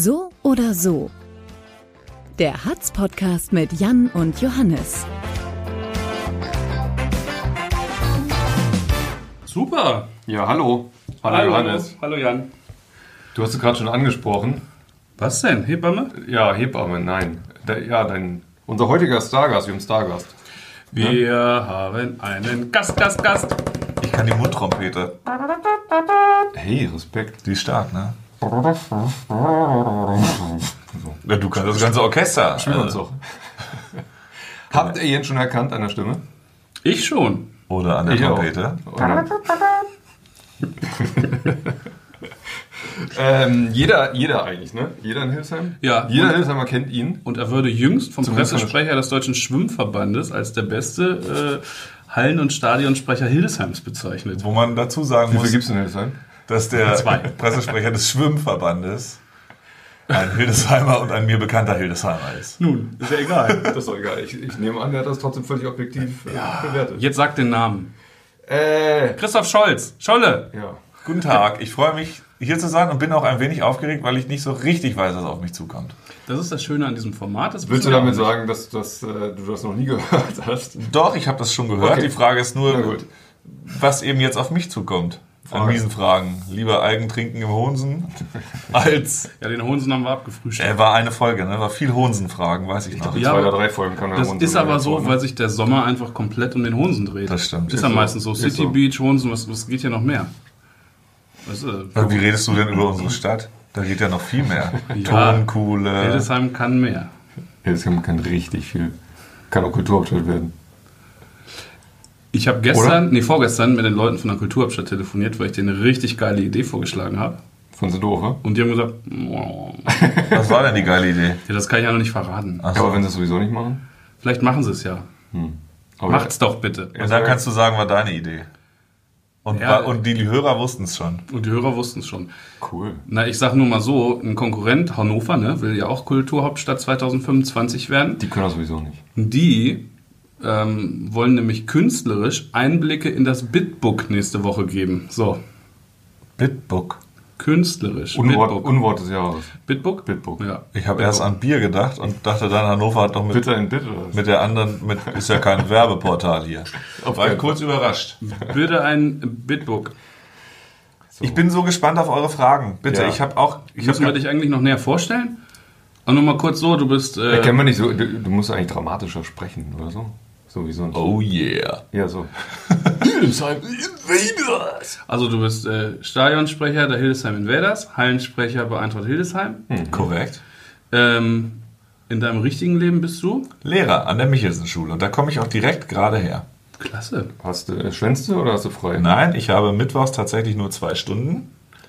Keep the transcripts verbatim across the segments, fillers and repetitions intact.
So oder so. Der Hatz-Podcast mit Jan und Johannes. Super. Ja, hallo. Hallo, hallo Johannes. Hallo Jan. Du hast es gerade schon angesprochen. Was denn? Hebamme? Ja, Hebamme, nein. Da, ja, dein, unser heutiger Stargast, wir haben Stargast. Wir ja? haben einen Gast, Gast, Gast. Ich kann die Mundtrompete. Hey, Respekt. Die ist stark, ne? Ja, du kannst das ganze Orchester. Spiel uns doch. Habt ihr ihn schon erkannt an der Stimme? Ich schon. Oder an der ich Trompete. ähm, jeder, jeder eigentlich, ne? Jeder in Hildesheim? Ja. Jeder in Hildesheimer kennt ihn. Und er wurde jüngst vom Zumindest Pressesprecher des Deutschen Schwimmverbandes als der beste äh, Hallen- und Stadionsprecher Hildesheims bezeichnet. Wo man dazu sagen Wie muss, viel gibt es in Hildesheim? dass der Zwei. Pressesprecher des Schwimmverbandes ein Hildesheimer und ein mir bekannter Hildesheimer ist. Nun, ist ja egal. Das ist doch egal. Ich, ich nehme an, der hat das trotzdem völlig objektiv äh, Ja. bewertet. Jetzt sag den Namen. Äh, Christoph Scholz. Scholle. ja. Guten Tag, ich freue mich hier zu sein und bin auch ein wenig aufgeregt, weil ich nicht so richtig weiß, was auf mich zukommt. Das ist das Schöne an diesem Format. Das Willst du wissen wir damit auch sagen, dass, dass äh, du das noch nie gehört hast? Doch, ich habe das schon gehört. Okay. Die Frage ist Na nur, gut. was eben jetzt auf mich zukommt. An Frage. diesen Fragen. Lieber Algen trinken im Honsen als... nicht. Ja, den Hohensen haben wir abgefrühstückt. Er war eine Folge, ne? War viel Honsen-Fragen, weiß ich noch. Die Ja, zwei aber oder drei Folgen kann er Das uns ist aber so, ne? weil sich der Sommer einfach komplett um den Hohensen dreht. Das stimmt. Ist Ist ja so. meistens so. Ist City so. Beach, Hohensen, was, was geht hier noch mehr? Weißt du, Und wie redest du denn über unsere Stadt? Da geht ja noch viel mehr. Ja. Tonkuhle. Hildesheim kann mehr. Hildesheim kann richtig viel. Kann auch Kulturhauptstadt werden. Ich habe gestern, nee, vorgestern mit den Leuten von der Kulturhauptstadt telefoniert, weil ich denen eine richtig geile Idee vorgeschlagen habe. Von sie doof, ne? Und die haben gesagt, oh, Was war denn die geile Idee? ja, das kann ich ja noch nicht verraten. Ach Ja, so. aber wenn sie es sowieso nicht machen? Vielleicht machen sie es ja. Aber Macht's doch bitte. Und dann kannst du sagen, war deine Idee. Und, Ja. war, und die Hörer wussten es schon. Und die Hörer wussten es schon. Cool. Na, ich sag nur mal so, ein Konkurrent, Hannover, ne, will ja auch Kulturhauptstadt zwanzig fünfundzwanzig werden. Die können das sowieso nicht. Die ähm, wollen nämlich künstlerisch Einblicke in das Bitbook nächste Woche geben. So, Bitbook. künstlerisch. Unwort, Bitbook. Unwort des Jahres. Bitbook? Bitbook. Ja. Ich habe erst an Bier gedacht und dachte dann, Hannover hat doch mit, Bitter in Bit oder was? mit der anderen, mit, ist ja kein Werbeportal hier. War ich kurz überrascht. Bitte ein Bitbook. So. Ich bin so gespannt auf eure Fragen. Bitte, Ja. ich habe auch... Ich Müssen wir hab, dich eigentlich noch näher vorstellen? Und nochmal kurz so, du bist... Äh, Erkennt man nicht so, du, du musst eigentlich dramatischer sprechen oder so. Sowieso nicht. oh yeah. Ja, so. also du bist äh, Stadionsprecher der Hildesheim Invaders, Hallensprecher bei Eintracht Hildesheim. Korrekt. Ähm, in deinem richtigen Leben bist du? Lehrer an der Michelsen-Schule. Und da komme ich auch direkt gerade her. Klasse. Hast du, äh, schwänzt du oder hast du frei? Nein, ich habe mittwochs tatsächlich nur zwei Stunden.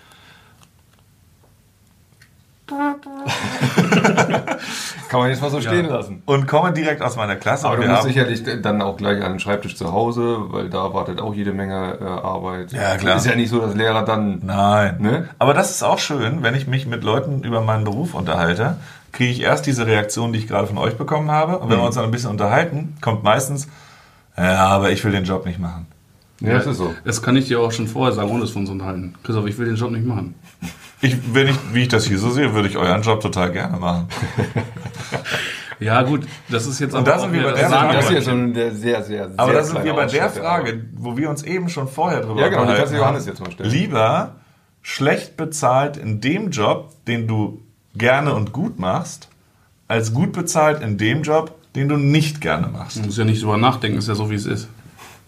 Kann man jetzt mal so stehen Ja. lassen. Und komme direkt aus meiner Klasse. Aber und du wir musst haben, sicherlich dann auch gleich an den Schreibtisch zu Hause, weil da wartet auch jede Menge äh, Arbeit. Ja, klar. Ist ja nicht so, dass Lehrer dann... Nein. Ne? Aber das ist auch schön, wenn ich mich mit Leuten über meinen Beruf unterhalte, kriege ich erst diese Reaktion, die ich gerade von euch bekommen habe. Und wenn Mhm. wir uns dann ein bisschen unterhalten, kommt meistens, ja, aber ich will den Job nicht machen. Ja, das ist so. Das kann ich dir auch schon vorher sagen, ohne dass wir uns unterhalten. Christoph, ich will den Job nicht machen. Ich, wenn ich, wie ich das hier so sehe, würde ich euren Job total gerne machen. Ja gut, das ist jetzt Und aber da auch sind wir wieder bei der das Frage. Das ist Sahnebrötchen. jetzt so ein sehr, sehr, sehr Aber da sind kleiner wir bei der Ausschnitt, Frage, wo wir uns eben schon vorher drüber Ja, genau, die unterhalten kannst du Johannes haben. jetzt mal stellen. Lieber schlecht bezahlt in dem Job, den du gerne und gut machst, als gut bezahlt in dem Job, den du nicht gerne machst. Du musst ja nicht drüber nachdenken, ist ja so, wie es ist.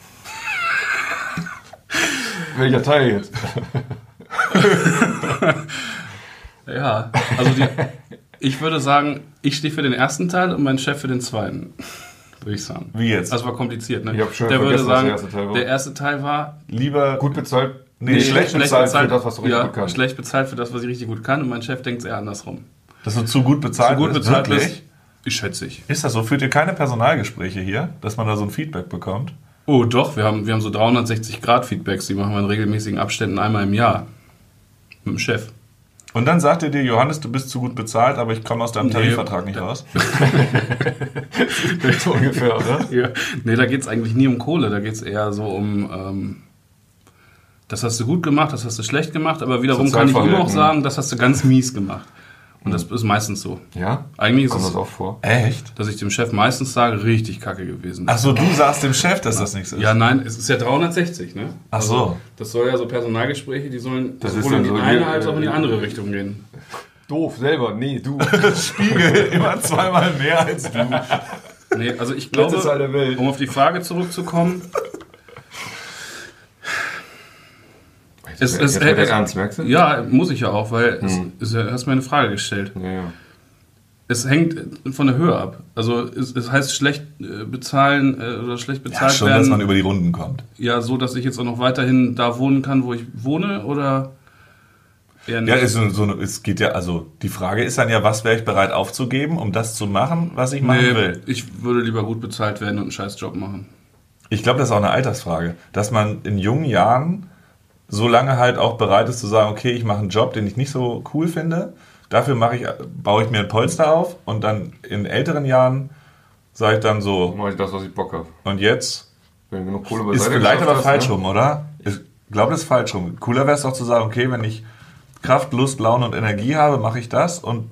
Welcher Teil jetzt? Ja, also die, ich würde sagen, ich stehe für den ersten Teil und mein Chef für den zweiten, würde ich sagen. Wie jetzt? Das war kompliziert, ne? Ich hab schon der würde vergessen, was sagen, der erste Teil war. der erste Teil war Lieber Gut bezahlt? Nee, Nee, schlecht schlecht bezahlt für das, was du richtig ja, gut kannst. schlecht bezahlt für das, was ich richtig gut kann und mein Chef denkt es eher andersrum. dass du zu gut bezahlt So gut bist. bezahlt Wirklich? bist, ich schätze ich. Ist das so? Führt ihr keine Personalgespräche hier, dass man da so ein Feedback bekommt? Oh doch, wir haben, wir haben so dreihundertsechzig Grad Feedbacks, die machen wir in regelmäßigen Abständen einmal im Jahr. Mit dem Chef. Und dann sagt er dir, Johannes, du bist zu gut bezahlt, aber ich komme aus deinem Nee. Tarifvertrag nicht raus. So ungefähr, oder? Ja. Nee, da geht es eigentlich nie um Kohle, da geht es eher so um, ähm, das hast du gut gemacht, das hast du schlecht gemacht, aber wiederum kann ich immer auch Sozialverhalten. sagen, das hast du ganz mies gemacht. Und das ist meistens so. Ja? Eigentlich ist Kommt es, das auch vor? Echt? dass ich dem Chef meistens sage, richtig kacke gewesen. Ach so, du sagst dem Chef, dass das nichts ist? Ja, nein, es ist ja dreihundertsechzig, ne? Ach so. Also, das soll ja so Personalgespräche, die sollen Das ist sowohl in dann die so eine hier, als auch in die äh, andere Richtung gehen. Doof, selber. Nee, du. Spiegel immer zweimal mehr als du. Nee, also ich Letzte glaube, Zahl der Welt. um auf die Frage zurückzukommen, Jetzt, es, jetzt es, wird es, er ernst, merkst du? ja, muss ich ja auch, weil Hm. es, es, du hast mir eine Frage gestellt. Ja, ja. Es hängt von der Höhe ab. Also es, es heißt schlecht äh, bezahlen äh, oder schlecht Ja, bezahlt schon, werden. dass man über die Runden kommt. Ja, so, dass ich jetzt auch noch weiterhin da wohnen kann, wo ich wohne, oder eher nicht? Ja, ist so, so, es geht ja, also die Frage ist dann ja, was wäre ich bereit aufzugeben, um das zu machen, was ich machen nee, will. ich würde lieber gut bezahlt werden und einen scheiß Job machen. Ich glaube, das ist auch eine Altersfrage, dass man in jungen Jahren so lange halt auch bereit ist zu sagen, okay, ich mache einen Job, den ich nicht so cool finde, dafür mache ich, baue ich mir ein Polster auf und dann in älteren Jahren sage ich dann so, Mache ich das, was ich Bock habe. und jetzt Wenn genug Kohle ist beiseite vielleicht geschafft aber hast, falsch ne? rum, oder? Ich glaube, das ist falsch rum. Cooler wäre es doch zu sagen, okay, wenn ich Kraft, Lust, Laune und Energie habe, mache ich das und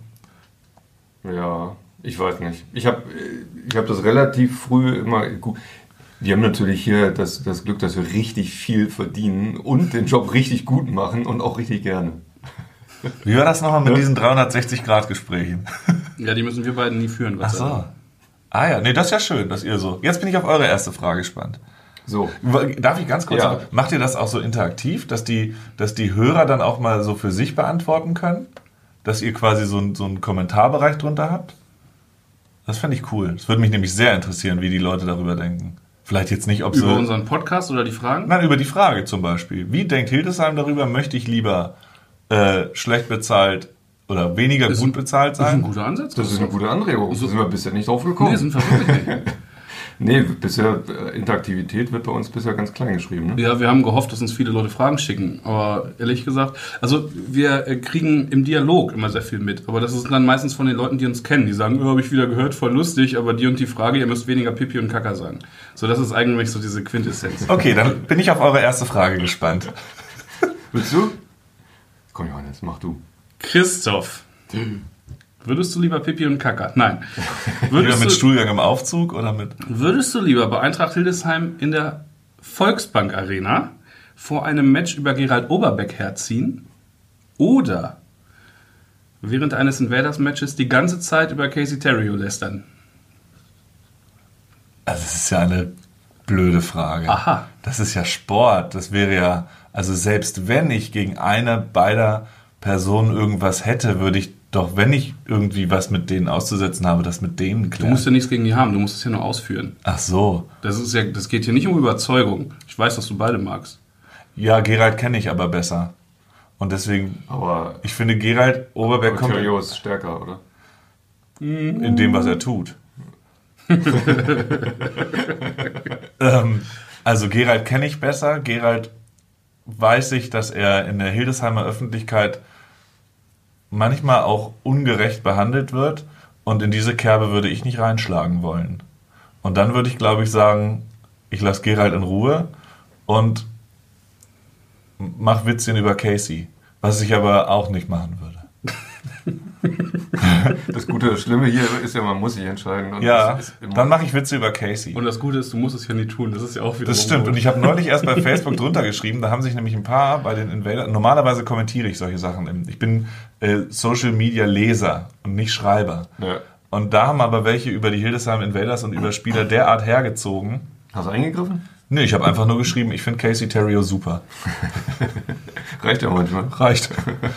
Ja, ich weiß nicht. Ich habe ich hab das relativ früh immer... Gut, wir haben natürlich hier das, das Glück, dass wir richtig viel verdienen und den Job richtig gut machen und auch richtig gerne. wie war das nochmal mit diesen dreihundertsechzig-Grad-Gesprächen? Ja, die müssen wir beiden nie führen. Gott Ach sei so. Dank. Ah ja, nee, das ist ja schön, dass ihr so... Jetzt bin ich auf eure erste Frage gespannt. So, Darf ich ganz kurz Ja. sagen, macht ihr das auch so interaktiv, dass die, dass die Hörer dann auch mal so für sich beantworten können? Dass ihr quasi so, ein, so einen Kommentarbereich drunter habt? Das fände ich cool. Das würde mich nämlich sehr interessieren, wie die Leute darüber denken. Vielleicht jetzt nicht, ob Über sie... unseren Podcast oder die Fragen? Nein, über die Frage zum Beispiel. Wie denkt Hildesheim darüber, möchte ich lieber äh, schlecht bezahlt oder weniger Ist gut ein- bezahlt Das ist ein sein? guter Ansatz. das ist eine gute Anregung. So- sind wir bisher nicht drauf gekommen. Nee, sind wir wirklich nicht. Nee, bisher, äh, Interaktivität wird bei uns bisher ganz klein geschrieben. Ne? Ja, wir haben gehofft, dass uns viele Leute Fragen schicken. Aber ehrlich gesagt, also wir äh, kriegen im Dialog immer sehr viel mit. Aber das ist dann meistens von den Leuten, die uns kennen. Die sagen, oh, habe ich wieder gehört, voll lustig, aber die und die Frage, ihr müsst weniger Pipi und Kaka sagen. So, das ist eigentlich so diese Quintessenz. Okay, dann bin ich auf eure erste Frage gespannt. Willst du? Komm, Johannes, mach du. Christoph, würdest du lieber Pipi und Kaka? Nein. Wieder Würdest mit du, Stuhlgang im Aufzug oder mit... würdest du lieber bei Eintracht Hildesheim in der Volksbank Arena vor einem Match über Gerald Oberbeck herziehen oder während eines Invaders-Matches die ganze Zeit über Casey Terrio lästern? Also das ist ja eine blöde Frage. Aha. Das ist ja Sport. Das wäre ja, also selbst wenn ich gegen eine beider Personen irgendwas hätte, würde ich doch, wenn ich irgendwie was mit denen auszusetzen habe, das mit denen Du klären. musst ja nichts gegen die haben, du musst es ja nur ausführen. Ach so. Das ist ja, das geht hier nicht um Überzeugung. Ich weiß, dass du beide magst. Ja, Gerald kenne ich aber besser. Und deswegen, Aber ich finde, Gerald Oberberg kommt Terrio ist stärker, oder? in dem, was er tut. ähm, also Gerald kenne ich besser. Gerald weiß ich, dass er in der Hildesheimer Öffentlichkeit manchmal auch ungerecht behandelt wird. Und in diese Kerbe würde ich nicht reinschlagen wollen. Und dann würde ich, glaube ich, sagen, ich lasse Gerald in Ruhe und mach Witzchen über Casey. Was ich aber auch nicht machen würde. Das Gute, das Schlimme hier ist ja, man muss sich entscheiden. Und Ja, das ist immer- dann mache ich Witze über Casey. Und das Gute ist, du musst es ja nie tun. Das ist ja auch wieder. Das stimmt. Und ich habe neulich erst bei Facebook drunter geschrieben, da haben sich nämlich ein paar bei den Invaders, normalerweise kommentiere ich solche Sachen. Ich bin äh, Social Media Leser und nicht Schreiber. Ja. Und da haben aber welche über die Hildesheim Invaders und über Spieler derart hergezogen. Hast du eingegriffen? Nee, ich habe einfach nur geschrieben, ich finde Casey Terrio super. Reicht ja manchmal. Reicht.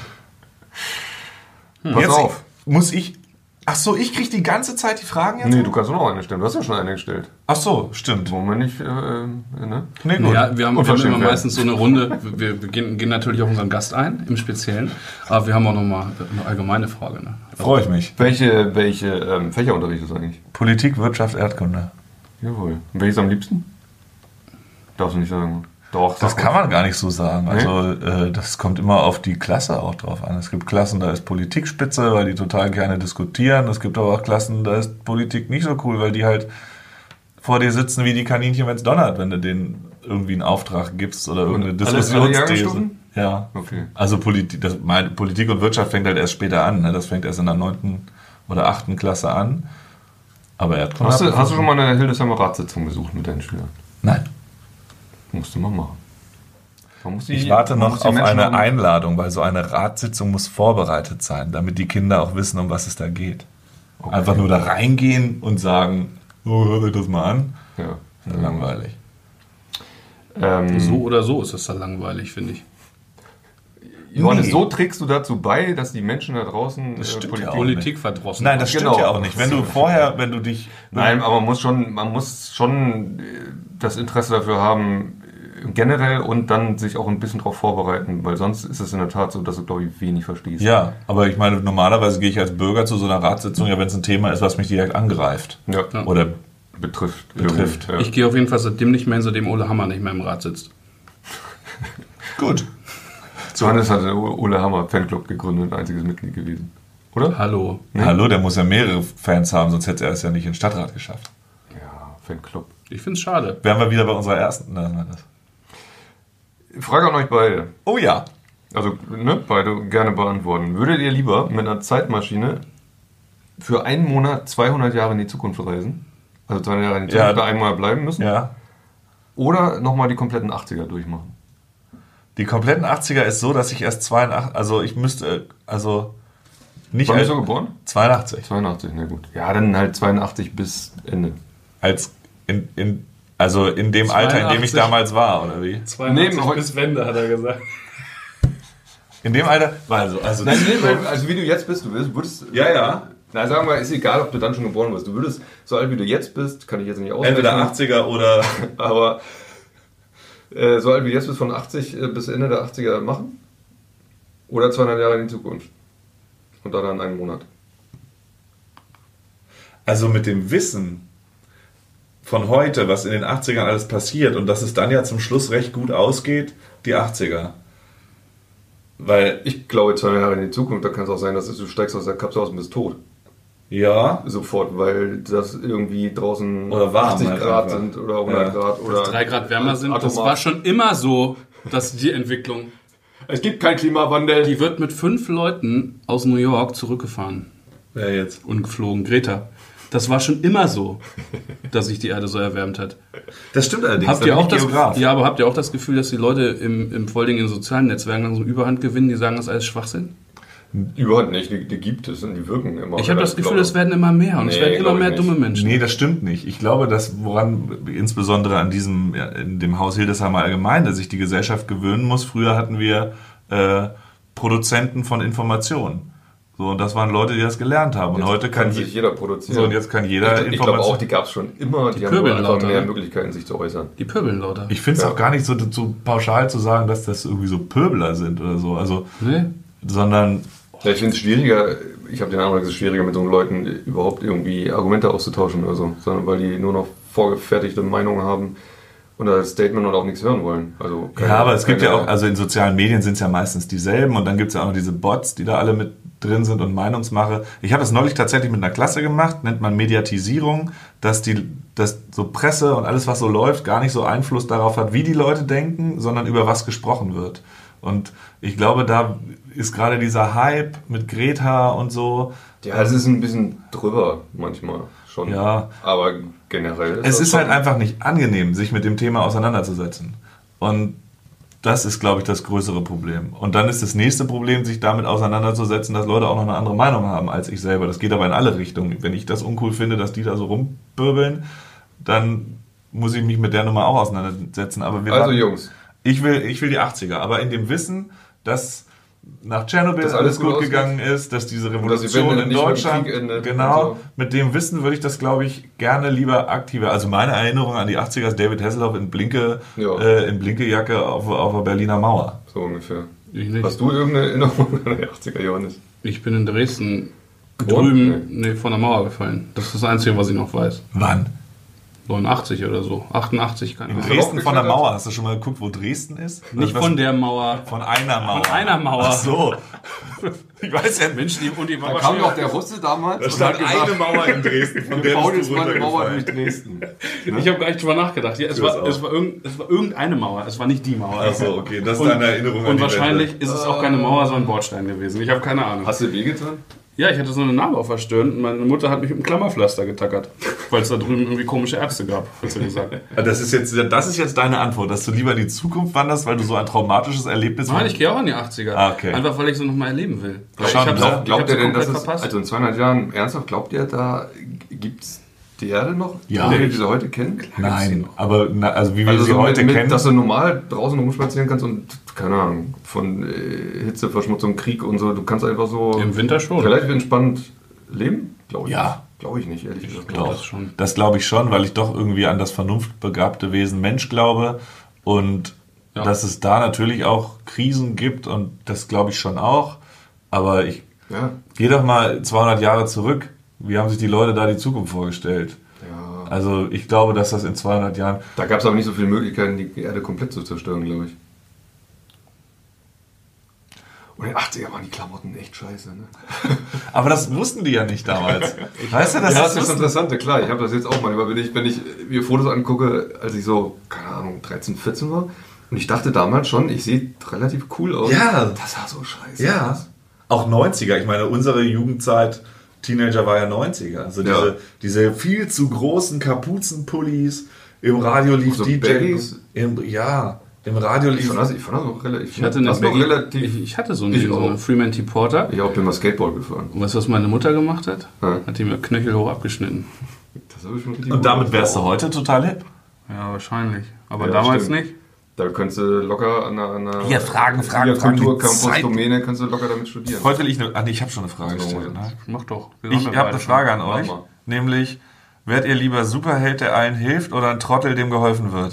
Pass Jetzt auf. muss ich... Ach so, ich kriege die ganze Zeit die Fragen jetzt? Nee, du kannst noch eine stellen. Du hast ja schon eine gestellt. Ach so, stimmt. Wollen wir nicht, äh, äh, ne? Nee, gut. Ja, wir haben, wir haben Unverschämt immer werden. meistens so eine Runde. Wir, wir gehen, gehen natürlich auf unseren Gast ein, im Speziellen. Aber wir haben auch nochmal eine allgemeine Frage. Ne? Freue ich mich. Welche, welche ähm, Fächer unterrichtest du eigentlich? Politik, Wirtschaft, Erdkunde. Jawohl. Und welches am liebsten? Darfst du nicht sagen. Doch, Das sag kann mal. man gar nicht so sagen. Nee? Also äh, das kommt immer auf die Klasse auch drauf an. Es gibt Klassen, da ist Politik spitze, weil die total gerne diskutieren. Es gibt aber auch Klassen, da ist Politik nicht so cool, weil die halt vor dir sitzen wie die Kaninchen, wenn es donnert, wenn du denen irgendwie einen Auftrag gibst oder irgendeine Alle- alle Diskussionsthese. Jahrgangsstufen? Ja. Okay. Also Politik, das, mein, Politik und Wirtschaft fängt halt erst später an. Ne? Das fängt erst in der neunten oder achten Klasse an. Aber er hat Hast du, hast du schon mal eine Hildesheimer Ratssitzung besucht mit deinen Schülern? Nein. Musst du mal machen. Man muss die, Ich warte man noch muss die auf Menschen eine um- Einladung, weil so eine Ratssitzung muss vorbereitet sein, damit die Kinder auch wissen, um was es da geht. Okay. Einfach nur da reingehen und sagen, oh, hört euch das mal an. Ja. Das ist langweilig. Ähm, So oder so ist das dann langweilig, finde ich. Johannes, Nee. so trägst du dazu bei, dass die Menschen da draußen Das stimmt Politik... ja auch. Politik verdrossen. Nein, das stimmt Genau. ja auch nicht. Wenn du vorher, wenn du dich... Nein, aber man muss schon, man muss schon äh, das Interesse dafür haben, äh, generell, und dann sich auch ein bisschen darauf vorbereiten, weil sonst ist es in der Tat so, dass du, glaube ich, wenig verstehst. Ja, aber ich meine, normalerweise gehe ich als Bürger zu so einer Ratssitzung, ja, wenn es ein Thema ist, was mich direkt angreift. Ja. Ja. Oder Betrifft. Betrifft. irgendwie, Ja. Ich gehe auf jeden Fall seitdem nicht mehr, seitdem Ole Hammer nicht mehr im Rat sitzt. gut. Johannes hat den Ole Hammer Fanclub gegründet, ein einziges Mitglied gewesen. Oder? Hallo. Hallo, der muss ja mehrere Fans haben, sonst hätte er es ja nicht in den Stadtrat geschafft. Ja, Fanclub. Ich finde es schade. Wären wir wieder bei unserer ersten... Nein, nein, das. Frage an euch beide. Oh ja. Also, ne, beide gerne beantworten. Würdet ihr lieber mit einer Zeitmaschine für einen Monat zweihundert Jahre in die Zukunft reisen? Also zweihundert Jahre in die Ja. Zukunft, da einen Monat bleiben müssen? Ja. Oder nochmal die kompletten achtziger durchmachen? Die kompletten achtziger ist so, dass ich erst zweiundachtzig... Also ich müsste... Also... Nicht Wann als, bist du geboren? zweiundachtzig. zweiundachtzig, na gut. Ja, dann halt zweiundachtzig bis Ende. Als... In, in, also in dem Alter, in dem ich zweiundachtzig. damals war, oder wie? zweiundachtzig Nee, bis Wende, hat er gesagt. In dem Alter... Also, also Nein, nee, weil, also wie du jetzt bist, du wirst, würdest... Ja, ja. Na, sagen wir, ist egal, ob du dann schon geboren wirst. Du würdest, so alt wie du jetzt bist, kann ich jetzt nicht ausrechnen. Entweder achtziger oder... Aber äh, so alt wie du jetzt bist, von achtzig äh, bis Ende der achtziger machen? Oder zweihundert Jahre in die Zukunft? Und dann in einem Monat. Also mit dem Wissen von heute, was in den achtzigern alles passiert und dass es dann ja zum Schluss recht gut ausgeht, die achtziger. Weil, Ich glaube, zweihundert Jahre in die Zukunft, da kann es auch sein, dass du steigst aus der Kapsel aus und bist tot. ja, Sofort, weil das irgendwie draußen Oder warm achtzig halt Grad einfach. sind oder hundert Ja. Grad. Oder Drei Grad wärmer sind, das Atomar. war schon immer so, dass die Entwicklung. Es gibt keinen Klimawandel. Die wird mit fünf Leuten aus New York zurückgefahren wer jetzt? und geflogen. Greta. Das war schon immer so, dass sich die Erde so erwärmt hat. Das stimmt allerdings. Habt da ihr bin auch ich das, Geograf. ja, aber habt ihr auch das Gefühl, dass die Leute im, im vor allen Dingen in sozialen Netzwerken langsam Überhand gewinnen, die sagen, das ist alles Schwachsinn? Überhaupt nicht, die, die gibt es und die wirken immer. Ich habe das relativ Gefühl, laut. es werden immer mehr und es Nee, werden immer glaub ich mehr nicht. dumme Menschen. Nee, das stimmt nicht. Ich glaube, dass woran insbesondere an diesem, ja, in dem Haus Hildesheimer Allgemeine sich die Gesellschaft gewöhnen muss. Früher hatten wir äh, Produzenten von Informationen. So, und das waren Leute, die das gelernt haben. Und Jetzt heute kann, sich je- jeder produzieren. so, und jetzt kann jeder ich, ich glaube auch, die gab es schon immer. Die, haben nur pöbeln einfach lauter, mehr ne? Möglichkeiten, sich zu äußern. Die pöbeln lauter. Ich finde es Ja. auch gar nicht so, so pauschal zu sagen, dass das irgendwie so Pöbler sind oder so. Also, Nee? sondern Ja, ich finde es schwieriger, ich habe den Eindruck, es ist schwieriger, mit so Leuten überhaupt irgendwie Argumente auszutauschen oder so, sondern weil die nur noch vorgefertigte Meinungen haben und das Statement und auch nichts hören wollen. Also keine- ja, aber es gibt ja keine- auch, also in sozialen Medien sind es ja meistens dieselben und dann gibt es ja auch noch diese Bots, die da alle mit drin sind und Meinungsmache. Ich habe das neulich tatsächlich mit einer Klasse gemacht, nennt man Mediatisierung, dass die, dass so Presse und alles, was so läuft, gar nicht so Einfluss darauf hat, wie die Leute denken, sondern über was gesprochen wird. Und ich glaube, da ist gerade dieser Hype mit Greta und so. Ja, es ist ein bisschen drüber manchmal schon. Ja. Aber generell ist Es das ist schon- halt einfach nicht angenehm, sich mit dem Thema auseinanderzusetzen. Und das ist, glaube ich, das größere Problem. Und dann ist das nächste Problem, sich damit auseinanderzusetzen, dass Leute auch noch eine andere Meinung haben als ich selber. Das geht aber in alle Richtungen. Wenn ich das uncool finde, dass die da so rumbirbeln, dann muss ich mich mit der Nummer auch auseinandersetzen. Aber wir Also warten- Jungs, ich will, ich will die achtziger, aber in dem Wissen, dass nach Tschernobyl Dass alles alles gut gut gegangen ist, dass diese Revolution Wende in nicht mit Deutschland, Krieg endet genau, und so. mit dem Wissen würde ich das, glaube ich, gerne lieber aktiver. Also meine Erinnerung an die achtziger ist David Hasselhoff in Blinke, Ja. äh, in Blinkejacke auf, auf der Berliner Mauer. so ungefähr. Ich nicht. Hast du irgendeine Erinnerung an die achtziger, Johannes? Ich bin in Dresden Geboren? drüben nee, von der Mauer gefallen. Das ist das Einzige, was ich noch weiß. Wann? neunundachtzig oder so. achtundachtzig, keine In Ahnung. Dresden von der Mauer. Hast du schon mal geguckt, wo Dresden ist? Nicht Was- von der Mauer. Von einer Mauer. Von einer Mauer. Ach so. Ich weiß ja, Mensch, die, und die war Da kam wahrscheinlich- doch der Russe damals da und stand hat gesagt, eine Mauer in Dresden, von der wir bauen bist jetzt du mal eine Mauer durch runtergefallen. Dresden. Ich habe gar nicht drüber nachgedacht. Ja, es, Du war, es auch. es, war irgend, es war irgendeine Mauer, es war nicht die Mauer. Ach so, okay, das ist Und- deine Erinnerung an Und die wahrscheinlich Wende. ist es auch keine Mauer, sondern ein Bordstein gewesen. Ich habe keine Ahnung. Hast du wehgetan? Ja, ich hatte so eine Narbe auf der Stirn und meine Mutter hat mich mit einem Klammerpflaster getackert, weil es da drüben irgendwie komische Ärzte gab, hat sie gesagt. Das ist, jetzt, das ist jetzt deine Antwort, dass du lieber in die Zukunft wanderst, weil du so ein traumatisches Erlebnis Nein, ich gehe auch in die achtziger. Ah, okay. Einfach, weil ich so nochmal erleben will. Weil Schon, ich hab's ne? auch, ich Glaubt hab's ihr denn, dass komplett es, verpasst. also in zweihundert Jahren, ernsthaft, glaubt ihr, da gibt es die Erde noch? Ja. Die wir sie heute kennen? Nein, aber na, also wie wir Also sie so heute mit, kennen. dass du normal draußen rumspazieren kannst und, keine Ahnung, von äh, Hitze, Verschmutzung, Krieg und so, du kannst einfach so Im Winter schon. relativ entspannt leben? Glaube ich Ja. nicht. Glaube ich nicht, ehrlich gesagt. Doch, das schon. das glaube ich schon, weil ich doch irgendwie an das vernunftbegabte Wesen Mensch glaube und Ja. dass es da natürlich auch Krisen gibt und das glaube ich schon auch. Aber ich Ja, gehe doch mal zweihundert Jahre zurück. Wie haben sich die Leute da die Zukunft vorgestellt? ja. Also ich glaube, dass das in zweihundert Jahren... Da gab es aber nicht so viele Möglichkeiten, die Erde komplett zu zerstören, glaube ich. Und in den achtziger waren die Klamotten echt scheiße, ne? Aber das wussten die ja nicht damals. Weißt du, das ja, ist das ist das Interessante, klar. Ich habe das jetzt auch manchmal, wenn ich, wenn ich mir Fotos angucke, als ich so, keine Ahnung, dreizehn, vierzehn war. Und ich dachte damals schon, ich sehe relativ cool aus. Ja. Das sah so scheiße Ja, aus. auch neunziger. Ich meine, unsere Jugendzeit, Teenager war ja neunziger. Also Ja. diese, diese viel zu großen Kapuzenpullis. Im Radio lief So D J. Baggies? Im, ja, im Radio Ich lief... fand das, ich fand das auch relativ... Ich hatte, eine das noch Baggy, relativ ich, ich hatte so Ich eine, so eine auch. Fremantle Porter. ich auch bin mal Skateboard gefahren. Und weißt du, was meine Mutter gemacht hat? Ja. Hat die mir knöchelhoch abgeschnitten. Das habe ich schon richtig Und gut damit wärst du gemacht. heute total hip. Ja, wahrscheinlich. Aber Ja, damals stimmt. nicht. Da könntest du locker an einer, an einer Hier, Fragen, Fragen, Fragen, die Kulturcampus Zeit- Domäne kannst du locker damit studieren. Heute will ich eine... Ach nee, ich habe schon eine Frage Also, gestellt. Ne? Mach doch. Wir Ich machen habe beide eine Frage an Mach euch. mal. Nämlich, werdet ihr lieber Superheld, der allen hilft oder ein Trottel, dem geholfen wird?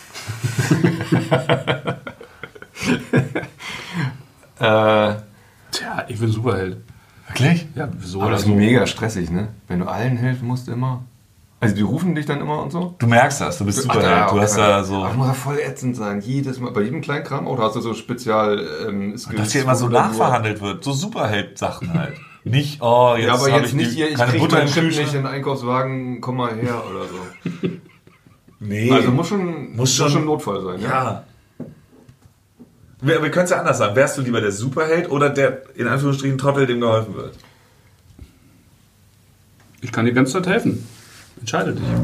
Äh, Tja, ich bin Superheld. Wirklich? Ja, so aber oder das ist so. mega stressig, ne? Wenn du allen helfen musst immer. Also die rufen dich dann immer und so? Du merkst das, du bist Ach, Superheld. ja, Du okay. hast da so... Aber das muss ja voll ätzend sein, jedes Mal. Bei jedem kleinen Kram? Oder hast du so Spezial ähm, Skills? Dass hier immer so wo du dann nachverhandelt wird. So Superheld-Sachen halt. Nicht, oh, jetzt Ja, aber hab jetzt ich nicht die, hier, ich keine krieg Butter meinen im Chip nicht Kühlschrank. in den Einkaufswagen, komm mal her oder so. Nee. Also muss schon, Muss schon- schon Notfall sein, ja? ja. Wir, wir können es ja anders sagen. Wärst du lieber der Superheld oder der, in Anführungsstrichen, Trottel, dem geholfen wird? Ich kann dir ganz Zeit helfen. Entscheide dich.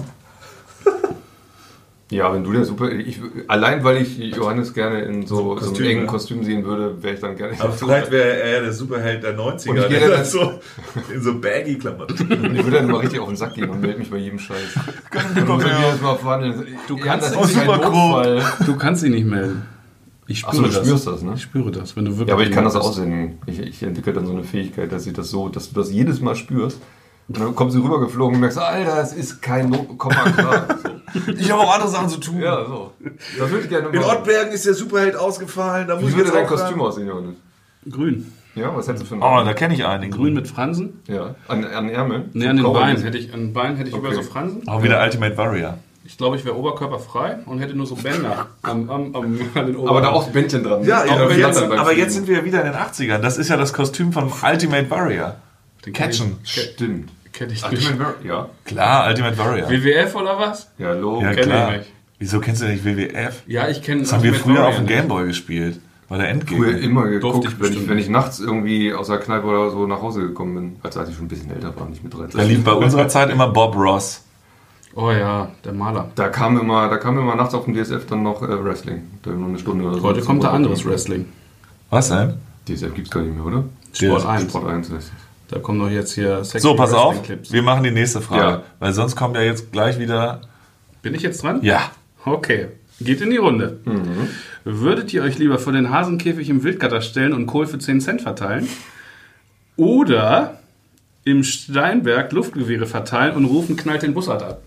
Ja, wenn du der Super... Ich, allein weil ich Johannes gerne in so, so, Kostüm, einem engen ne? Kostüm sehen würde, wäre ich dann gerne... Aber vielleicht wäre er der Superheld der neunziger. Und ich gehe der dann- dann so in so Baggy-Klamotten. Und ich würde dann mal richtig auf den Sack gehen und melde mich bei jedem Scheiß. Und doch wir ja. jedes Mal verhandeln. Du Ja, kannst das auch ist kein Supercrow. Notfall. Du kannst sie nicht melden. Ich Ach spüre so, du das. spürst das, ne? Ich spüre das, wenn du wirklich. Ja, aber ich kann das bist. aussehen. Ich, ich entwickle dann so eine Fähigkeit, dass ich das so, dass du das jedes Mal spürst. Und dann kommst du rübergeflogen und merkst, Alter, es ist kein Not, komm mal klar. So. Ich habe auch andere Sachen zu tun. Ja, so. Das würde ich gerne In machen. Ottbergen ist der Superheld ausgefallen. Da muss Wie ich würde jetzt dein auch Kostüm ran. aussehen, Johannes? Grün. Ja, was hättest du für einen Oh, da kenne ich einen. Grün mit Fransen? Ja, an, an Ärmeln? Ne, an den Blaue Beinen Wiese. hätte ich, an den Beinen hätte ich Okay. über so Fransen. Auch wieder Ultimate Warrior. Ich glaube, ich wäre oberkörperfrei und hätte nur so Bänder am, am, am, an den Oberarm. Aber da auch Bändchen dran. Ja, Auch ja aber, wenn jetzt, dann beim aber Fliegen. jetzt sind wir wieder in den achtzigern. Das ist ja das Kostüm vom Ultimate Warrior. Den kenn ich- Catchen. ke- Stimmt. Kenn ich Ach, nicht. ja. Klar, Ultimate Warrior. W W F oder was? Ja, Logo. Ja, kenn klar. ich nicht. Wieso kennst du nicht W W F? Ja, ich kenne. Das haben wir früher auf dem Gameboy gespielt. War der Endgegner. Früher immer Durfte geguckt, ich wenn, bestimmt. ich, wenn ich nachts irgendwie aus der Kneipe oder so nach Hause gekommen bin. Also als ich schon ein bisschen älter war, nicht mit dreizehn. Da lief bei unserer Zeit immer Bob Ross. Oh ja, der Maler. Da kam immer, da kam immer nachts auf dem D S F dann noch äh, Wrestling. Da noch eine Stunde oder so. Heute kommt da anderes Wrestling. Was denn? D S F gibt's gar nicht mehr, oder? Sport Der- eins. Sport eins heißt es. Da kommen doch jetzt hier sexy So, pass auf. Wrestling-Clips. Wir machen die nächste Frage. Ja. Weil sonst kommt ja jetzt gleich wieder... Bin ich jetzt dran? Ja. Okay. Geht in die Runde. Würdet ihr euch lieber vor den Hasenkäfig im Wildgatter stellen und Kohl für zehn Cent verteilen? Oder im Steinberg Luftgewehre verteilen und rufen, knallt den Bussard ab?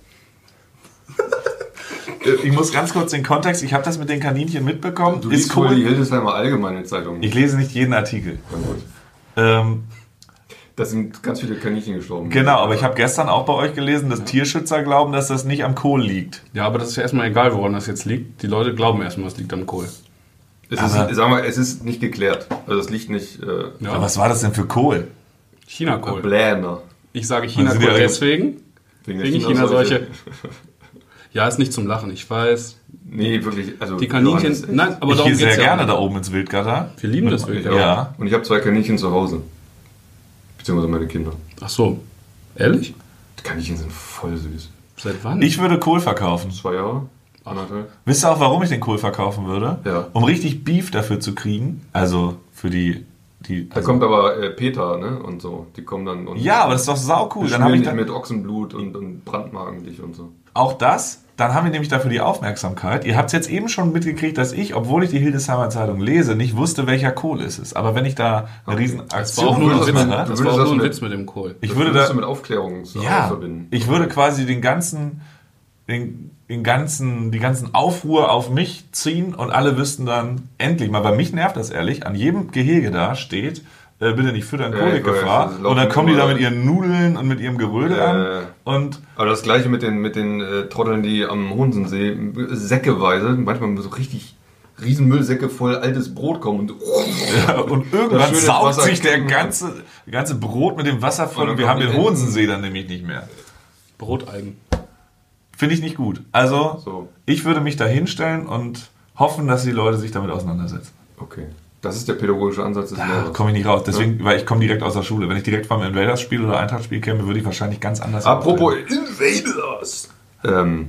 Ich muss ganz kurz den Kontext... Ich habe das mit den Kaninchen mitbekommen. Du Ist liest wohl die cool. Hildesheimer Allgemeine Zeitung. Ich lese nicht jeden Artikel. Na gut. Ähm, Da sind ganz viele Kaninchen gestorben. Genau, aber ich habe gestern auch bei euch gelesen, dass Tierschützer glauben, dass das nicht am Kohl liegt. Ja, aber das ist ja erstmal egal, woran das jetzt liegt. Die Leute glauben erstmal, es liegt am Kohl. Es ist, sagen wir, es ist nicht geklärt. Also es liegt nicht... Äh, Ja. Aber was war das denn für Kohl? China-Kohl. Blähner. Ich sage Also die- China-Kohl deswegen, Wegen wegen China-Seuche. Ja, ist nicht zum Lachen, ich weiß. Nee, wirklich. Also Die Kaninchen... Johannes, Nein, aber ich darum gehe sehr geht's ja gerne auch da nicht. oben ins Wildgatter. Wir lieben das Ich Wild. auch. Ja. Und ich habe zwei Kaninchen zu Hause. Beziehungsweise meine Kinder. Ach so. Ehrlich? Die Kaninchen sind voll süß. Seit wann? Ich würde Kohl verkaufen. Zwei Jahre? Anderthalb? Wisst ihr auch, warum ich den Kohl verkaufen würde? Ja. Um richtig Beef dafür zu kriegen. Also für die... die Da also kommt aber äh, Peter, ne? Und so. Die kommen dann und ja, aber das ist doch saucool. Dann habe beschmieren ich dich dann mit Ochsenblut und, und Brandmagen dich und so. auch das. Dann haben wir nämlich dafür die Aufmerksamkeit. Ihr habt es jetzt eben schon mitgekriegt, dass ich, obwohl ich die Hildesheimer Zeitung lese, nicht wusste, welcher Kohl es ist. Aber wenn ich da eine riesen das war auch Aktion nur ein das Witz, mit- mache, du das würdest war auch das nur ein mit- Witz mit dem Kohl. ich Das würde würdest da... du mit Aufklärungsarbeit Ja, verbinden. ich würde quasi den ganzen, den, den ganzen, die ganzen Aufruhr auf mich ziehen und alle wüssten dann endlich mal, bei mich nervt das ehrlich, an jedem Gehege da steht, äh, bitte nicht füttern, Ja, Kohlegefahr. ich weiß, das Und dann laufen kommen die da immer- mit ihren Nudeln und mit ihrem Gerödel Äh. an. Und Aber das gleiche mit den, mit den äh, Trotteln, die am Hunsensee säckeweise, manchmal so richtig riesen Müllsäcke voll altes Brot kommen und Ja, und irgendwann Das schöne saugt Wasser sich der kippen. ganze, ganze Brot mit dem Wasser voll Und und dann wir haben kommen den die Honsensee dann nämlich nicht mehr. Broteigen. Finde ich nicht gut. Also, So. ich würde mich da hinstellen und hoffen, dass die Leute sich damit auseinandersetzen. okay. Das ist der pädagogische Ansatz des Da Lehrers. komme ich nicht raus. Deswegen, weil ich komme direkt aus der Schule. Wenn ich direkt vom Invaders-Spiel oder Eintracht-Spiel käme, würde ich wahrscheinlich ganz anders Apropos Invaders. Ähm,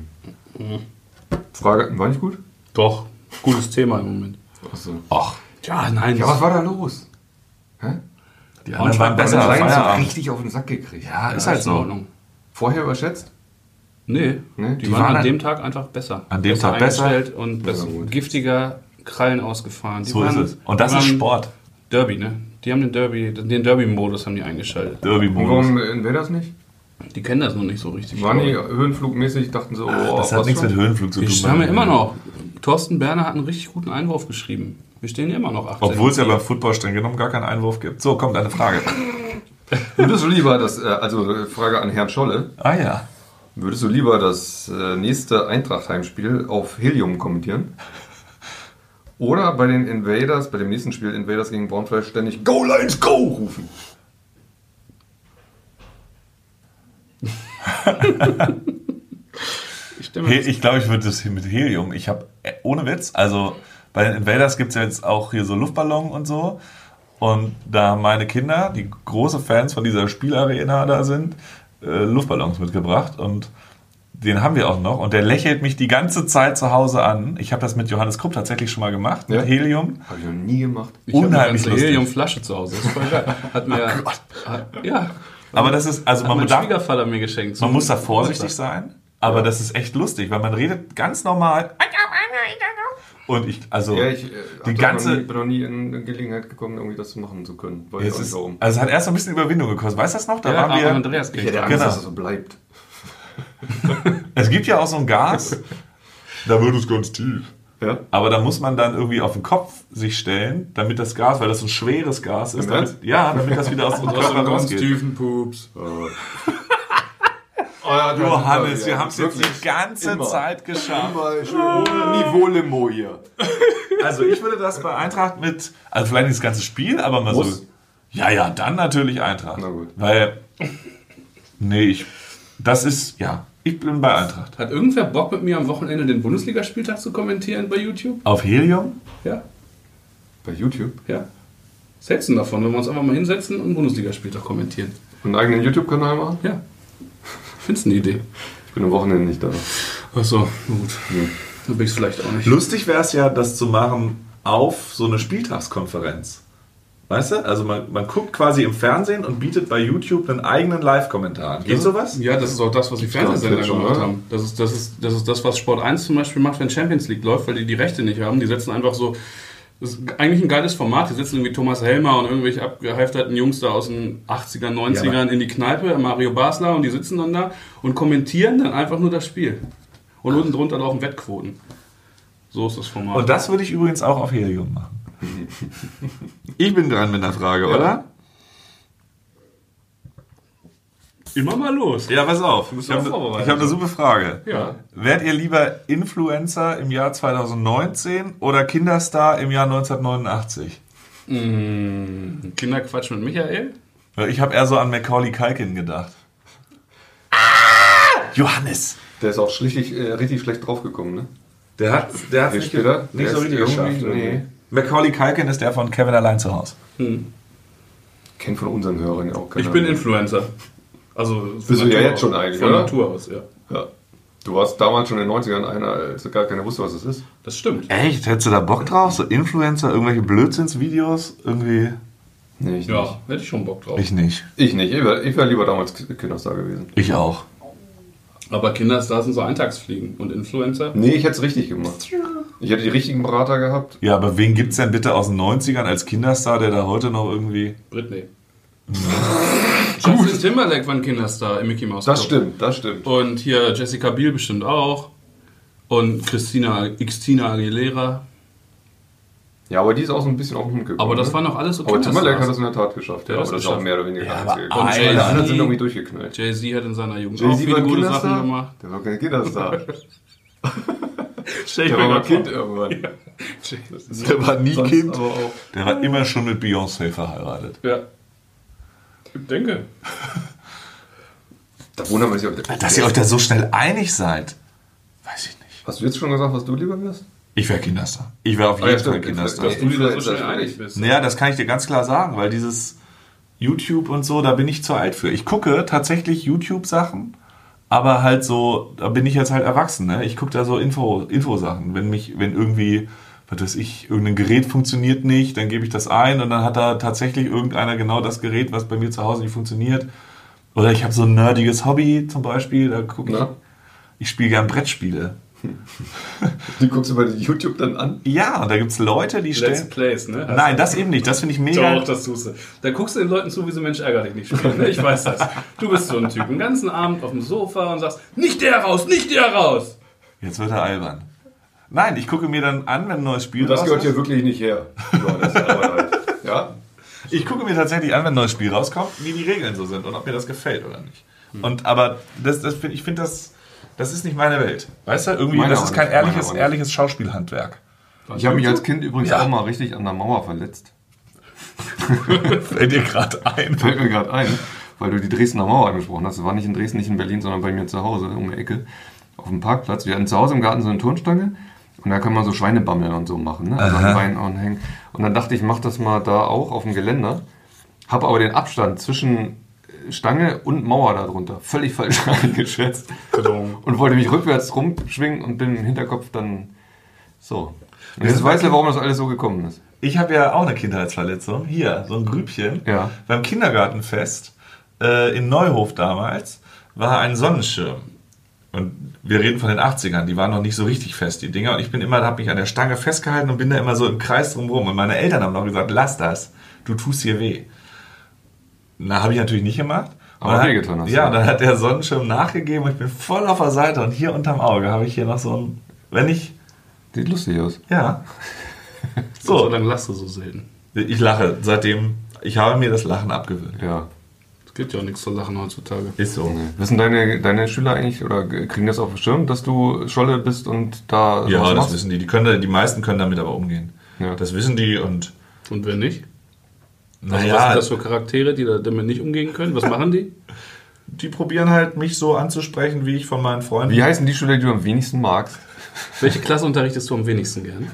Frage, war nicht gut? Doch, gutes Thema im Moment. Achso. Ach, Ja, nein. Ja, was war da los? Hä? die anderen waren Braunschweig besser. Haben die Lions so Feierabend. richtig auf den Sack gekriegt. Ja, ist Ja, halt in so. Ordnung. Vorher überschätzt? Nee, Nee, die, die waren waren an halt- dem Tag einfach besser. An dem besser Tag besser? eingestellt und besser, gut. giftiger Krallen ausgefahren. Die So ist waren- es. Und das die ist waren Sport. Derby, ne? Die haben den Derby, den Derby-Modus haben die eingeschaltet. Und Derby-Modus. warum Invaders nicht? Die kennen das noch nicht so richtig. Waren die glaub höhenflugmäßig, dachten so, oh, Das hat was nichts schon? mit Höhenflug zu ich. tun. Die haben ja immer noch. Thorsten Berner hat einen richtig guten Einwurf geschrieben. Wir stehen ja immer noch achtzehn. Obwohl es ja beim Football streng genommen gar keinen Einwurf gibt. So, kommt eine Frage. Würdest du lieber das, äh, also äh, Frage an Herrn Scholle, Ah ja. würdest du lieber das äh, nächste Eintracht-Heimspiel auf Helium kommentieren? Oder bei den Invaders, bei dem nächsten Spiel Invaders gegen Braunschweig ständig Go Lions Go rufen? Ich stimme He- Ich glaube, ich würde das hier mit Helium. Ich habe, ohne Witz, also bei den Invaders gibt es ja jetzt auch hier so Luftballon und so. Und da meine Kinder, die große Fans von dieser Spielarena da sind, äh, Luftballons mitgebracht. Und den haben wir auch noch. Und der lächelt mich die ganze Zeit zu Hause an. Ich habe das mit Johannes Krupp tatsächlich schon mal gemacht, Ja? mit Helium. Habe ich noch nie gemacht. Ich habe eine unheimlich ganze lustig. Heliumflasche zu Hause. Das ist voll geil. Hat mir, hat, ja, Aber das ist, also hat man, mein darf, Schwiegervater mir geschenkt. man muss da vorsichtig sein. Aber Ja. das ist echt lustig, weil man redet ganz normal. Und ich, also Ja, ich äh, die hab ganze, noch nie, bin noch nie in Gelegenheit gekommen, irgendwie das zu machen zu können. Weil ich es, auch nicht ist, warum. also es hat erst ein bisschen Überwindung gekostet. Weißt du das noch? Da Ja, waren wir. Andreas Ich kriegt hätte das. Angst, Genau. dass es so bleibt. Es gibt ja auch so ein Gas, da wird es ganz tief. Ja? Aber da muss man dann irgendwie auf den Kopf sich stellen, damit das Gas, weil das so ein schweres Gas ist, Im damit, Ernst? ja, damit das wieder aus dem Körper rausgeht. tiefen Pups. Oh, ja, du Johannes, hast- wir ja, haben es jetzt wirklich die ganze immer. Zeit geschafft. Immer schön Niveau-Limo hier. Also ich würde das bei Eintracht mit, also vielleicht nicht das ganze Spiel, aber mal Muss. so. Ja, ja, dann natürlich Eintracht. Na gut. Weil, nee, ich, das ist, ja, ich bin bei Eintracht. Hat irgendwer Bock mit mir am Wochenende den Bundesligaspieltag zu kommentieren bei YouTube? Auf Helium? Ja, Bei YouTube? ja. Was hältst du denn davon, wenn wir uns einfach mal hinsetzen und einen Bundesligaspieltag kommentieren? Einen eigenen YouTube-Kanal machen? Ja. Ich finde es eine Idee. Ich bin am Wochenende nicht da. Achso, gut. Dann bin ich es vielleicht auch nicht. Lustig wäre es ja, das zu machen auf so eine Spieltagskonferenz. Weißt du? Also man, man guckt quasi im Fernsehen und bietet bei YouTube einen eigenen Live-Kommentar. Geht sowas? Ja, das ist auch das, was die Fernsehsender Twitch schon, gemacht oder? haben. Das ist, das, ist, das ist das, was Sport eins zum Beispiel macht, wenn Champions League läuft, weil die die Rechte nicht haben. Die setzen einfach so... Das ist eigentlich ein geiles Format. Die setzen irgendwie Thomas Helmer und irgendwelche abgehalfterten Jungs da aus den achtzigern, neunzigern in die Kneipe, Mario Basler, und die sitzen dann da und kommentieren dann einfach nur das Spiel. Und unten drunter laufen Wettquoten. So ist das Format. Und das würde ich übrigens auch auf Helium machen. Ich bin dran mit einer Frage, oder? Immer mal los. Ja, pass auf. bist Ich habe auch vorbereitet. hab eine super Frage. Ja. Wärt ihr lieber Influencer im Jahr zweitausendneunzehn oder Kinderstar im Jahr neunzehnhundertneunundachtzig? Mmh, Kinderquatsch mit Michael? Ich habe eher so an Macaulay Culkin gedacht. Ah! Johannes! Der ist auch schlichtig, äh, richtig schlecht draufgekommen, ne? Der hat der hat Der nicht, Spieler? nicht Der so ist richtig irgendwie- geschafft. nee. irgendwie. Macaulay Culkin ist der von Kevin allein zu Hause. Hm. Kennt von unseren Hörern auch keiner. Ich bin Influencer. Also Bist du ja jetzt schon eigentlich, von oder? Natur aus, ja. Ja. Du warst damals schon in den neunzigern einer, als gar keiner wusste, was es ist. Das stimmt. Echt? Hättest du da Bock drauf? So Influencer, irgendwelche Blödsinnsvideos? Irgendwie? Nee, ich Ja, nicht. hätte ich schon Bock drauf. Ich nicht. Ich nicht. Ich wäre wär lieber damals Kinderstar gewesen. Ich auch. Aber Kinderstars sind so Eintagsfliegen. Und Influencer? Nee, ich hätte es richtig gemacht. Ich hätte die richtigen Berater gehabt. Ja, aber wen gibt's denn bitte aus den neunzigern als Kinderstar, der da heute noch irgendwie... Britney. Justin Timberlake war ein Kinderstar im Mickey Mouse Das Club. stimmt, das stimmt. Und hier Jessica Biel bestimmt auch. Und Christina, Xtina Aguilera. Ja, aber die ist auch so ein bisschen auf den Hund gekommen. Aber das ne? waren auch alles so Aber Timberlake hat Kinderstars. das in der Tat geschafft. Der Ja, hat aber das das ist auch geschafft. mehr oder weniger Ja, der aber einzige. Und Und Jay-Z- alle anderen sind irgendwie durchgeknallt. Jay-Z hat in seiner Jugend auch Jay-Z viele war gute Kinderstar. Sachen gemacht. Der war kein Kinderstar. Stell ich Der mir war mal grad Kind vor. irgendwann. Der war nie Sonst Kind. aber auch. Der war immer schon mit Beyoncé verheiratet. Ja. Ich denke. Da wundert man sich auch. Dass ihr euch da so schnell einig seid, weiß ich nicht. Hast du jetzt schon gesagt, was du lieber wärst? Ich wäre Kinderstar. Ich wäre auf Ah, jeden ja, Fall stimmt. Kinderstar. Dass du dir da so Influencer schnell ist einig richtig. bist. Naja, das kann ich dir ganz klar sagen, weil dieses YouTube und so, da bin ich zu alt für. Ich gucke tatsächlich YouTube-Sachen, aber halt so, da bin ich jetzt halt erwachsen. Ne? Ich gucke da so Info, Infosachen. Wenn mich, wenn irgendwie, was weiß ich, irgendein Gerät funktioniert nicht, dann gebe ich das ein und dann hat da tatsächlich irgendeiner genau das Gerät, was bei mir zu Hause nicht funktioniert. Oder ich habe so ein nerdiges Hobby zum Beispiel, da gucke ich, Na? ich spiele gern Brettspiele. Die guckst du bei YouTube dann an? Ja, und da gibt es Leute, die Let's stellen... Plays, ne? Hast Nein, du- das eben nicht. Das finde ich mega... Doch, das tust du. Da guckst du den Leuten zu, wie sie Mensch ärger dich nicht spielen. Ne? Ich weiß das. Du bist so ein Typ. Den ganzen Abend auf dem Sofa und sagst, nicht der raus, nicht der raus. Jetzt wird er albern. Nein, ich gucke mir dann an, wenn ein neues Spiel Das raus gehört ist. hier wirklich nicht her. Ja, das ist aber halt. Ja? Ich gucke mir tatsächlich an, wenn ein neues Spiel rauskommt, wie die Regeln so sind und ob mir das gefällt oder nicht. Und aber das, das, find- ich finde, das, das ist nicht meine Welt. Weißt du, irgendwie, Meine das auch ist kein nicht, meine ehrliches, auch nicht. ehrliches Schauspielhandwerk. Ich habe mich als Kind übrigens Ja. auch mal richtig an der Mauer verletzt. Fällt dir gerade ein. Fällt mir gerade ein, weil du die Dresdner Mauer angesprochen hast. Das war nicht in Dresden, nicht in Berlin, sondern bei mir zu Hause um die Ecke auf dem Parkplatz. Wir hatten zu Hause im Garten so eine Turnstange und da kann man so Schweinebammeln und so machen, ne? Also an Beinen anhängen. Und dann dachte ich, mach das mal da auch auf dem Geländer. Habe aber den Abstand zwischen Stange und Mauer darunter völlig falsch eingeschätzt und wollte mich rückwärts rumschwingen und bin im Hinterkopf dann so. Und jetzt weiß er, warum das alles so gekommen ist. Ich habe ja auch eine Kindheitsverletzung. Hier, so ein Grübchen. Ja. Beim Kindergartenfest äh, in Neuhof damals war ein Sonnenschirm. Und wir reden von den achtzigern, die waren noch nicht so richtig fest, die Dinger. Und ich bin immer, habe mich an der Stange festgehalten und bin da immer so im Kreis drumherum. Und meine Eltern haben noch gesagt, lass das, du tust hier weh. Na, habe ich natürlich nicht gemacht. Aber Und dann wehgetan hat, hast du. Ja, dann hat der Sonnenschirm nachgegeben und ich bin voll auf der Seite. Und hier unterm Auge habe ich hier noch so ein, wenn ich, Sieht lustig aus. ja. So, So, dann lachst du so selten. ich lache seitdem, ich habe mir das Lachen abgewöhnt. Ja. Es gibt ja auch nichts zu lachen heutzutage. Ist so. Wissen deine, deine Schüler eigentlich oder kriegen das auf den Schirm, dass du Scholle bist und da Ja, was das machst? wissen die. Die, können, die meisten können damit aber umgehen. Ja. Das wissen die und Und wenn nicht? Also naja, was sind das für Charaktere, die da damit nicht umgehen können? Was machen die? die probieren halt mich so anzusprechen, wie ich von meinen Freunden. Wie heißen die Schüler, die du am wenigsten magst? Welche Klasse unterrichtest du am wenigsten gern?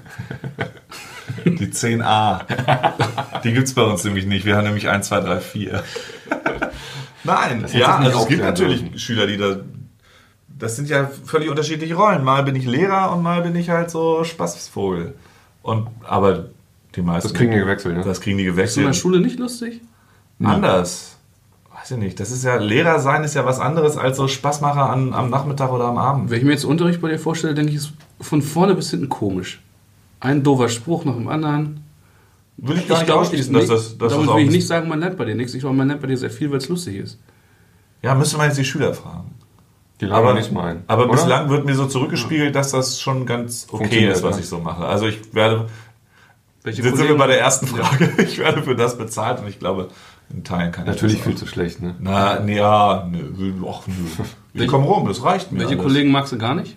Die zehn a. Die gibt es bei uns nämlich nicht. Wir haben nämlich eins, zwei, drei, vier. Nein, hätte ja, ich nicht also es gibt aufklären natürlich dürfen. Schüler, die da. Das sind ja völlig unterschiedliche Rollen. Mal bin ich Lehrer und mal bin ich halt so Spaßvogel. Und, aber die meisten. Das kriegen die gewechselt, ne? Das kriegen die Ist in der gewechselt. Schule nicht lustig? Anders. Weiß ich nicht. Das ist ja, Lehrer sein ist ja was anderes als so Spaßmacher an, am Nachmittag oder am Abend. Wenn ich mir jetzt Unterricht bei dir vorstelle, denke ich, ist von vorne bis hinten komisch. Ein doofer Spruch nach dem anderen. Will ich gar nicht glaube, ausschließen, ich- dass das, dass damit das auch will ich ein nicht sagen, man lernt bei dir nichts. Ich glaube, man lernt bei dir sehr viel, weil es lustig ist. Ja, müsste man jetzt die Schüler fragen. Die laden Aber, nicht mal ein. aber oder? bislang wird mir so zurückgespiegelt, dass das schon ganz okay Funktioniert, ist, was ne? ich so mache. Also ich werde, Welche jetzt sind wir Kollegen- bei der ersten Frage, ich werde für das bezahlt und ich glaube, In Teilen kann Natürlich ich das viel auch. zu schlecht, ne? Na, nee, ja, nö, ach, nö. Ich komm rum, das reicht mir. Welche alles. Kollegen magst du gar nicht?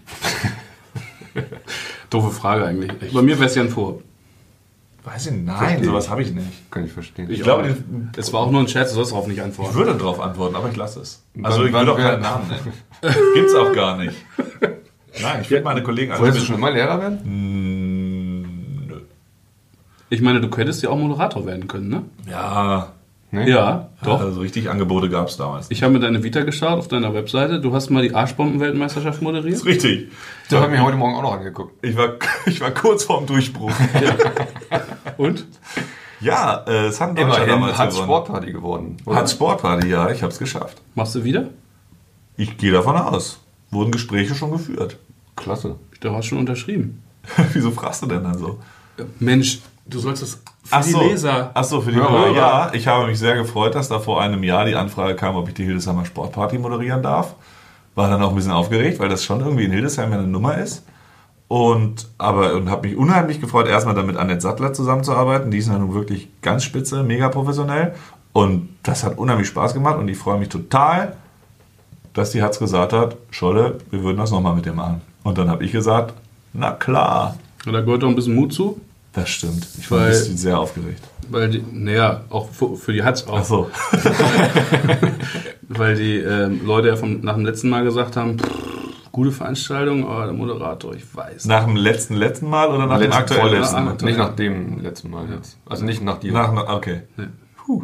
Doofe Frage eigentlich. Bei mir wäre es Jan Vogt. Weiß ich nicht. Nein, Versteh sowas ich. habe ich nicht. Kann ich verstehen. Ich, Ich glaube, glaube, den- es war auch nur ein Scherz, du sollst darauf nicht antworten. Ich würde darauf antworten, aber ich lasse es. Also Wann- ich wann will doch wär- keinen Namen nennen. Gibt's auch gar nicht. Nein, ich finde meine Kollegen alle Wolltest du schon immer Lehrer werden? Mm, nö. Ich meine, du könntest ja auch Moderator werden können, ne? Ja, Nee? Ja, doch. doch. Also richtig Angebote gab es damals. Ich habe mir deine Vita geschaut auf deiner Webseite. Du hast mal die Arschbomben-Weltmeisterschaft moderiert. Das ist richtig. Das habe ich mir heute Morgen auch noch angeguckt. Ich war, ich war kurz vorm Durchbruch. Und? Ja, äh, es hat ein Deutscher Immerhin damals hat gewonnen. Sportparty geworden. oder? Hat Sportparty, ja, ich habe es geschafft. Machst du wieder? Ich gehe davon aus. Wurden Gespräche schon geführt. Klasse. Du hast schon unterschrieben. Wieso fragst du denn dann so? Mensch, du sollst das für Ach die so. Leser. Ach so, für die Ja, Hörer. aber- Ja, ich habe mich sehr gefreut, dass da vor einem Jahr die Anfrage kam, ob ich die Hildesheimer Sportparty moderieren darf. War dann auch ein bisschen aufgeregt, weil das schon irgendwie in Hildesheim eine Nummer ist. Und aber und habe mich unheimlich gefreut, erstmal dann mit Annette Sattler zusammenzuarbeiten. Die ist ja nun wirklich ganz spitze, mega professionell. Und das hat unheimlich Spaß gemacht und ich freue mich total, dass die Hatz gesagt hat, Scholle, wir würden das nochmal mit dir machen. Und dann habe ich gesagt, na klar. Da gehört doch ein bisschen Mut zu, Das stimmt. Ich war ein Weil- bisschen sehr aufgeregt. weil die, naja, auch für, für die Hatz auch. Ach so. Weil die ähm, Leute ja vom, nach dem letzten Mal gesagt haben, pff, gute Veranstaltung, aber der Moderator, ich weiß. Nach dem letzten letzten Mal oder nach dem Letzten, aktuellen vorletzten letzten Mal. Nicht nach dem letzten Mal jetzt. Also nicht nach dir. Nach, nach, okay. Ja. Puh.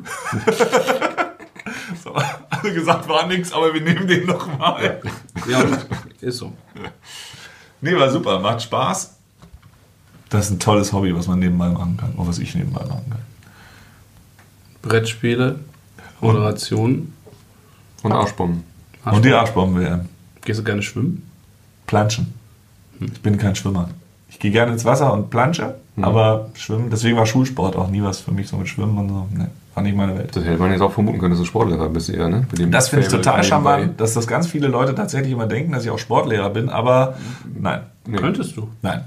So, alle gesagt, war nix, aber wir nehmen den nochmal. Ja, ist so. Nee, war super, macht Spaß. Das ist ein tolles Hobby, was man nebenbei machen kann. Oder was ich nebenbei machen kann. Brettspiele, Moderation. Und Arschbomben. Und die Arschbomben-W M. Gehst du gerne schwimmen? Planschen. Ich bin kein Schwimmer. Ich gehe gerne ins Wasser und plansche, aber schwimmen, deswegen war Schulsport auch nie was für mich, so mit Schwimmen und so. Nee, war nicht meine Welt. Das hätte man jetzt auch vermuten können, dass du Sportlehrer bist eher, ne? Mit dem Das finde ich Faible total nebenbei. charmant, dass das ganz viele Leute tatsächlich immer denken, dass ich auch Sportlehrer bin, aber nein, Nee. Könntest du. nein.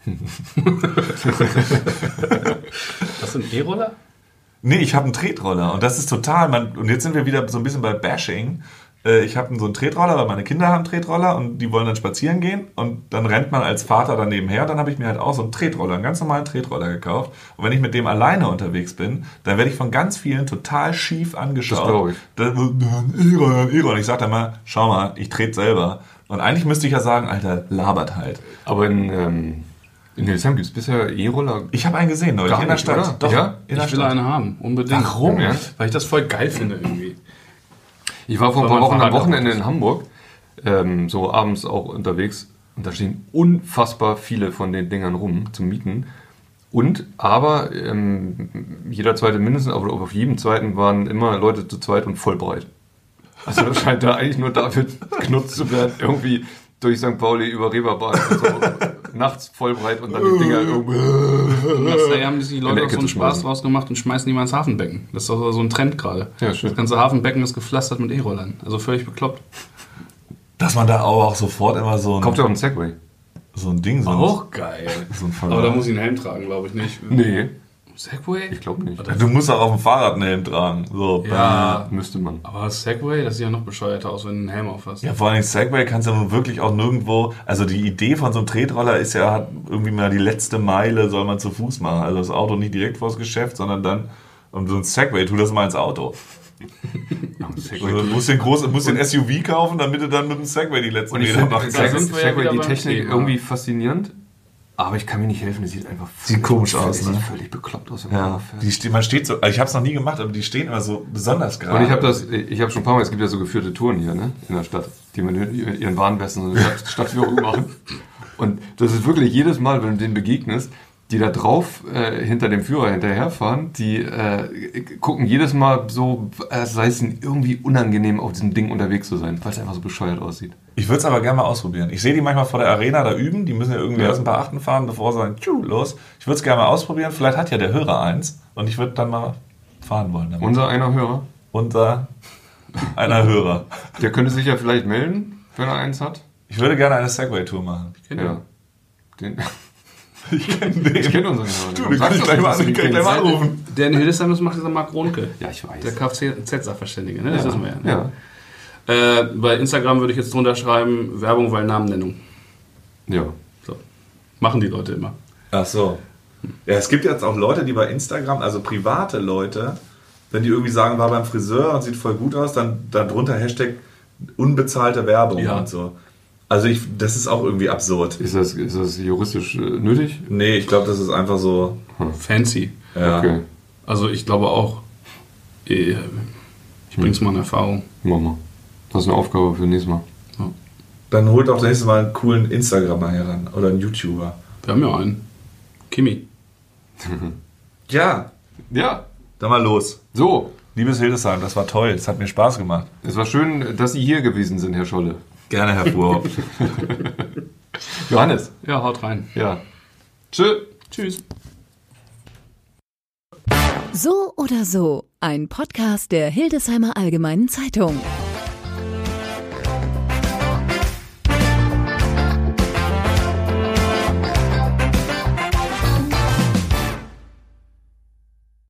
Hast du einen E-Roller? Nee, ich habe einen Tretroller und das ist total, man, und jetzt sind wir wieder so ein bisschen bei Bashing. Äh, Ich habe so einen Tretroller, weil meine Kinder haben einen Tretroller und die wollen dann spazieren gehen und dann rennt man als Vater daneben her. Dann habe ich mir halt auch so einen Tretroller, einen ganz normalen Tretroller gekauft. Und wenn ich mit dem alleine unterwegs bin, dann werde ich von ganz vielen total schief angeschaut. Das glaub ich. Da- Ein E-Roller, ein E-Roller. Und ich sage dann mal, schau mal, ich trete selber. Und eigentlich müsste ich ja sagen, Alter, labert halt. Aber in, ähm, in Hildesheim gibt es bisher E-Roller. Ich habe einen gesehen neulich Gar in der nicht, Stadt. oder? Doch, Ja? in der Ich will Stadt. eine haben, unbedingt. Warum? Ja. Weil ich das voll geil finde irgendwie. Ich war vor ein Weil paar man Wochen am Fahrrad Wochenende auch in Hamburg, ähm, so abends auch unterwegs. Und da stehen unfassbar viele von den Dingern rum zum Mieten. Und, aber ähm, jeder zweite mindestens, aber auf jedem zweiten waren immer Leute zu zweit und voll breit. Also das scheint da eigentlich nur dafür genutzt zu werden, irgendwie durch Sankt Pauli über Reeperbahn und so nachts voll breit und dann die Dinger irgendwie... Und das, da haben sich die In Leute der auch Ecke so einen zu Spaß schmeißen. draus gemacht und schmeißen die mal ins Hafenbecken. Das ist doch so ein Trend gerade. Ja, schön. Das ganze Hafenbecken ist gepflastert mit E-Rollern. Also völlig bekloppt. Dass man da aber auch sofort immer so Kauft ihr ein, auch einen Segway? so ein Ding, so ein, Auch geil. so ein Aber da muss ich einen Helm tragen, glaube ich nicht. Nee, Segway? ich glaube nicht. Du musst auch auf dem Fahrrad einen Helm tragen. So. Ja, Müsste man. aber Segway, das sieht ja noch bescheuerter aus, wenn du einen Helm auf hast. Ja, vor allem Segway kannst du nun wirklich auch nirgendwo, also die Idee von so einem Tretroller ist ja, hat irgendwie mal die letzte Meile soll man zu Fuß machen. Also das Auto nicht direkt vors Geschäft, sondern dann, und so ein Segway, tu das mal ins Auto. Also, du musst den, großen, musst den S U V kaufen, damit du dann mit dem Segway die letzten Und ich Meter finde machst. da Segway, sind wir ja Segway wieder die beim Technik Thema. irgendwie faszinierend, aber ich kann mir nicht helfen, es sieht einfach Sieht komisch aus, sieht ne? völlig bekloppt aus. Wenn man Ja, fährt. die ste- man steht so, also ich habe es noch nie gemacht, aber die stehen immer so besonders gerade. Und ich habe das, ich habe schon ein paar Mal, es gibt ja so geführte Touren hier, ne, in der Stadt, die mit ihren Warnwesten so eine Stadt, Stadtführung machen. Und das ist wirklich jedes Mal, wenn du denen begegnest, die da drauf äh, hinter dem Führer hinterherfahren, die äh, gucken jedes Mal so, als sei es ihnen irgendwie unangenehm, auf diesem Ding unterwegs zu sein, weil es einfach so bescheuert aussieht. Ich würde es aber gerne mal ausprobieren. Ich sehe die manchmal vor der Arena da üben. Die müssen ja irgendwie Ja. erst ein paar Achten fahren, bevor sie sagen, tschu, los. Ich würde es gerne mal ausprobieren. Vielleicht hat ja der Hörer eins und ich würde dann mal fahren wollen damit. Unser einer Hörer, Unser einer Hörer. der könnte sich ja vielleicht melden, wenn er eins hat. Ich würde gerne eine Segway-Tour machen. Kennt ihr? Ja. Den, Ich kenne den. Ich kenne unseren Du, Hörer. den kann ich gleich mal, an, gleich mal anrufen. Der in Hildesheim, das macht dieser Marc Ronke. Ja, ich weiß. Der Kfz-Sachverständige, ne? Das wissen wir ja. Ne? Ja. Äh, bei Instagram würde ich jetzt drunter schreiben, Werbung, weil Namennennung. Ja. So. Machen die Leute immer. Ach so. Ja, es gibt jetzt auch Leute, die bei Instagram, also private Leute, wenn die irgendwie sagen, war beim Friseur und sieht voll gut aus, dann, dann drunter Hashtag unbezahlte Werbung Ja. und so. Also ich, das ist auch irgendwie absurd. Ist das, ist das juristisch äh, nötig? Nee, ich glaube, das ist einfach so. Fancy. Ja. Okay, Also ich glaube auch, eh, ich bring's mal in Erfahrung. mach mal. Das ist eine Aufgabe für nächstes Mal. Dann holt auch nächstes Mal einen coolen Instagrammer heran oder einen YouTuber. Wir haben ja einen. Kimi. Ja, Ja, dann mal los. so. Liebes Hildesheim, das war toll. Es hat mir Spaß gemacht. Es war schön, dass Sie hier gewesen sind, Herr Scholle. Gerne, Herr Fuhrhoff. Johannes. Ja, haut rein. Ja. Tschö. Tschüss. So oder so, ein Podcast der Hildesheimer Allgemeinen Zeitung.